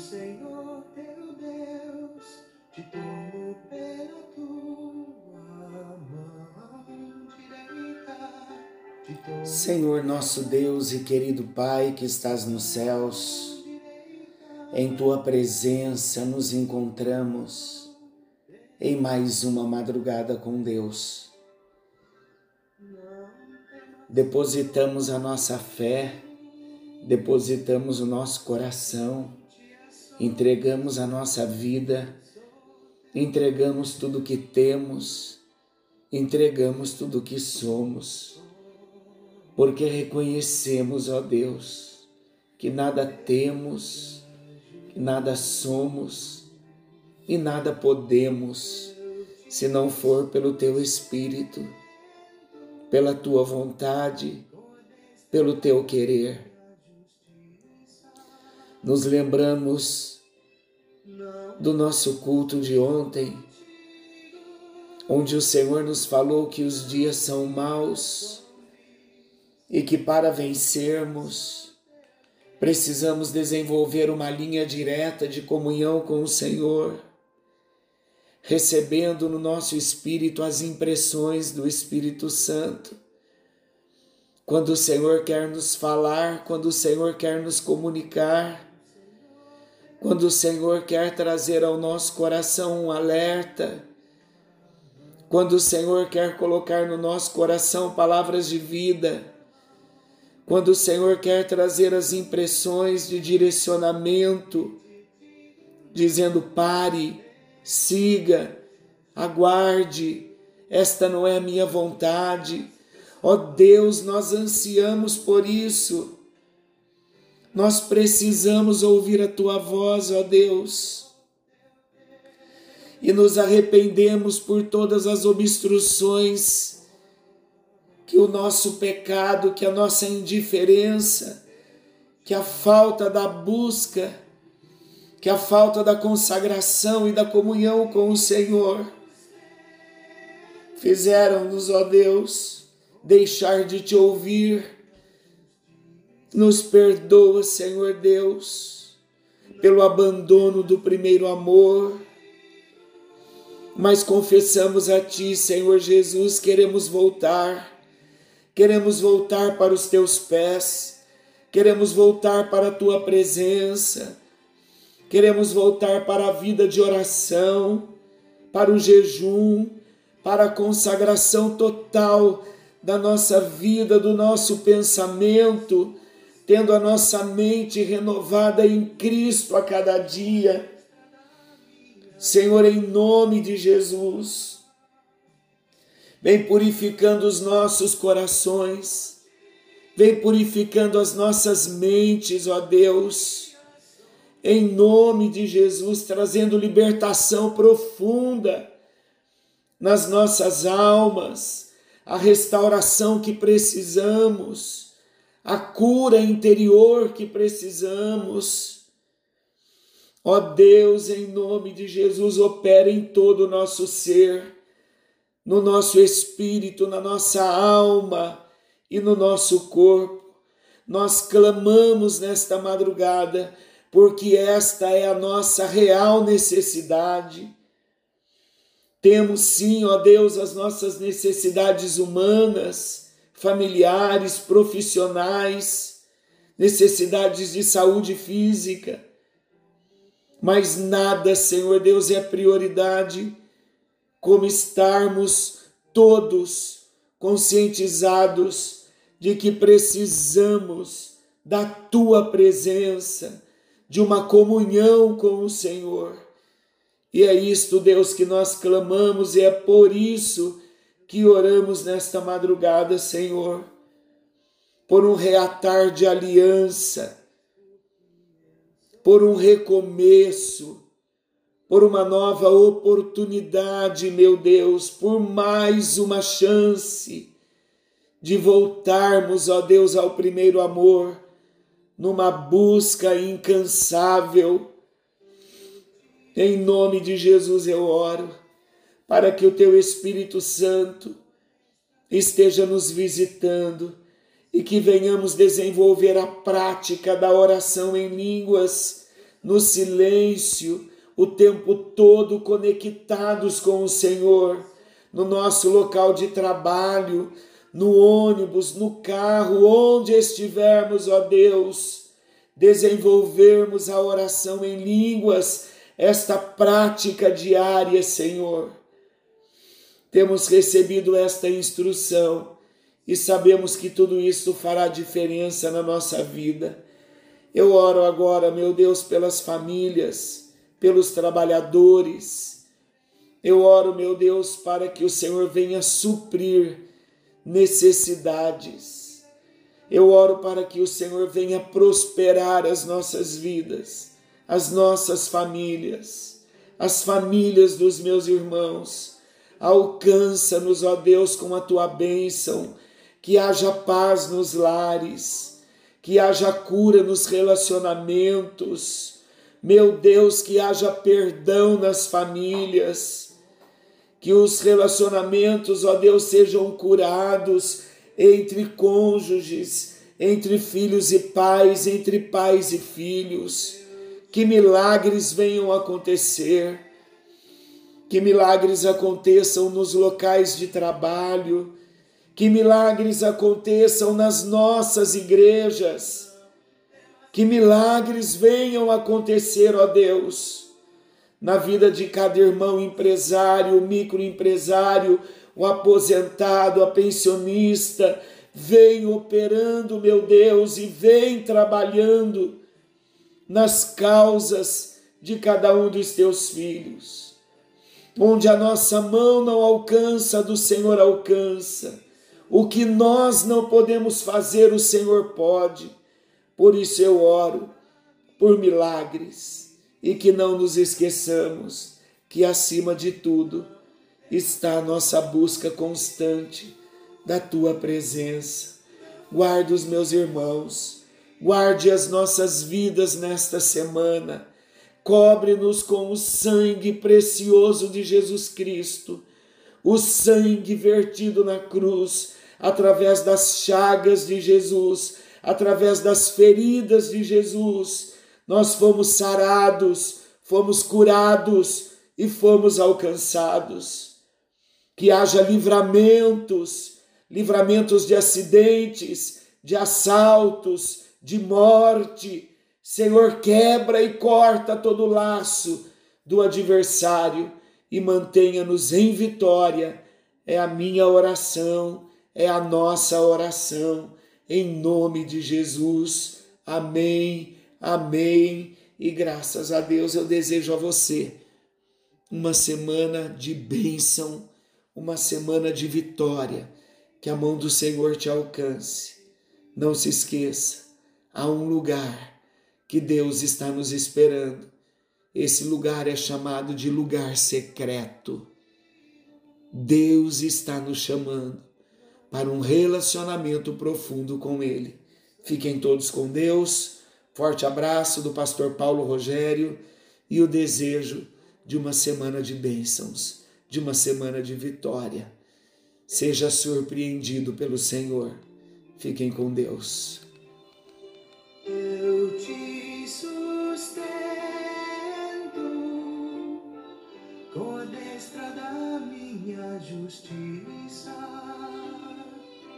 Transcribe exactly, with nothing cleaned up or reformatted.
Senhor teu Deus, te tomo pela tua mão direita. Te tomo Senhor nosso Deus e querido Pai que estás nos céus, em tua presença nos encontramos em mais uma madrugada com Deus. Depositamos a nossa fé, depositamos o nosso coração, entregamos a nossa vida, entregamos tudo o que temos, entregamos tudo o que somos, porque reconhecemos, ó Deus, que nada temos, que nada somos e nada podemos, se não for pelo Teu Espírito, pela Tua vontade, pelo Teu querer. Nos lembramos do nosso culto de ontem, onde o Senhor nos falou que os dias são maus e que para vencermos precisamos desenvolver uma linha direta de comunhão com o Senhor, recebendo no nosso espírito as impressões do Espírito Santo. Quando o Senhor quer nos falar, quando o Senhor quer nos comunicar, quando o Senhor quer trazer ao nosso coração um alerta, quando o Senhor quer colocar no nosso coração palavras de vida, quando o Senhor quer trazer as impressões de direcionamento, dizendo pare, siga, aguarde, esta não é a minha vontade. Ó Deus, nós ansiamos por isso. Nós precisamos ouvir a Tua voz, ó Deus. E nos arrependemos por todas as obstruções que o nosso pecado, que a nossa indiferença, que a falta da busca, que a falta da consagração e da comunhão com o Senhor fizeram-nos, ó Deus, deixar de Te ouvir. Nos perdoa, Senhor Deus, pelo abandono do primeiro amor, mas confessamos a Ti, Senhor Jesus, queremos voltar, queremos voltar para os Teus pés, queremos voltar para a Tua presença, queremos voltar para a vida de oração, para o jejum, para a consagração total da nossa vida, do nosso pensamento, tendo a nossa mente renovada em Cristo a cada dia. Senhor, em nome de Jesus, vem purificando os nossos corações, vem purificando as nossas mentes, ó Deus, em nome de Jesus, trazendo libertação profunda nas nossas almas, a restauração que precisamos, a cura interior que precisamos. Ó Deus, em nome de Jesus, opera em todo o nosso ser, no nosso espírito, na nossa alma e no nosso corpo. Nós clamamos nesta madrugada, porque esta é a nossa real necessidade. Temos sim, ó Deus, as nossas necessidades humanas, familiares, profissionais, necessidades de saúde física, mas nada, Senhor Deus, é prioridade como estarmos todos conscientizados de que precisamos da Tua presença, de uma comunhão com o Senhor. E é isto, Deus, que nós clamamos, e é por isso que oramos nesta madrugada, Senhor, por um reatar de aliança, por um recomeço, por uma nova oportunidade, meu Deus, por mais uma chance de voltarmos, ó Deus, ao primeiro amor, numa busca incansável. Em nome de Jesus eu oro, para que o Teu Espírito Santo esteja nos visitando e que venhamos desenvolver a prática da oração em línguas no silêncio, o tempo todo conectados com o Senhor, no nosso local de trabalho, no ônibus, no carro, onde estivermos, ó Deus, desenvolvermos a oração em línguas, esta prática diária, Senhor. Temos recebido esta instrução e sabemos que tudo isso fará diferença na nossa vida. Eu oro agora, meu Deus, pelas famílias, pelos trabalhadores. Eu oro, meu Deus, para que o Senhor venha suprir necessidades. Eu oro para que o Senhor venha prosperar as nossas vidas, as nossas famílias, as famílias dos meus irmãos. Alcança-nos, ó Deus, com a tua bênção, que haja paz nos lares, que haja cura nos relacionamentos, meu Deus, que haja perdão nas famílias, que os relacionamentos, ó Deus, sejam curados entre cônjuges, entre filhos e pais, entre pais e filhos, que milagres venham acontecer, que milagres aconteçam nos locais de trabalho, que milagres aconteçam nas nossas igrejas, que milagres venham acontecer, ó Deus, na vida de cada irmão empresário, microempresário, o aposentado, a pensionista, vem operando, meu Deus, e vem trabalhando nas causas de cada um dos teus filhos. Onde a nossa mão não alcança, do Senhor alcança. O que nós não podemos fazer, o Senhor pode. Por isso eu oro por milagres e que não nos esqueçamos que acima de tudo está a nossa busca constante da tua presença. Guarde os meus irmãos, guarde as nossas vidas nesta semana. Cobre-nos com o sangue precioso de Jesus Cristo, o sangue vertido na cruz, através das chagas de Jesus, através das feridas de Jesus, nós fomos sarados, fomos curados e fomos alcançados. Que haja livramentos, livramentos de acidentes, de assaltos, de morte. Senhor, quebra e corta todo o laço do adversário e mantenha-nos em vitória. É a minha oração, é a nossa oração, em nome de Jesus. Amém, amém. E graças a Deus eu desejo a você uma semana de bênção, uma semana de vitória, que a mão do Senhor te alcance. Não se esqueça, há um lugar que Deus está nos esperando. Esse lugar é chamado de lugar secreto. Deus está nos chamando para um relacionamento profundo com Ele. Fiquem todos com Deus. Forte abraço do pastor Paulo Rogério e o desejo de uma semana de bênçãos, de uma semana de vitória. Seja surpreendido pelo Senhor. Fiquem com Deus. Eu te sustento com a destra da minha justiça.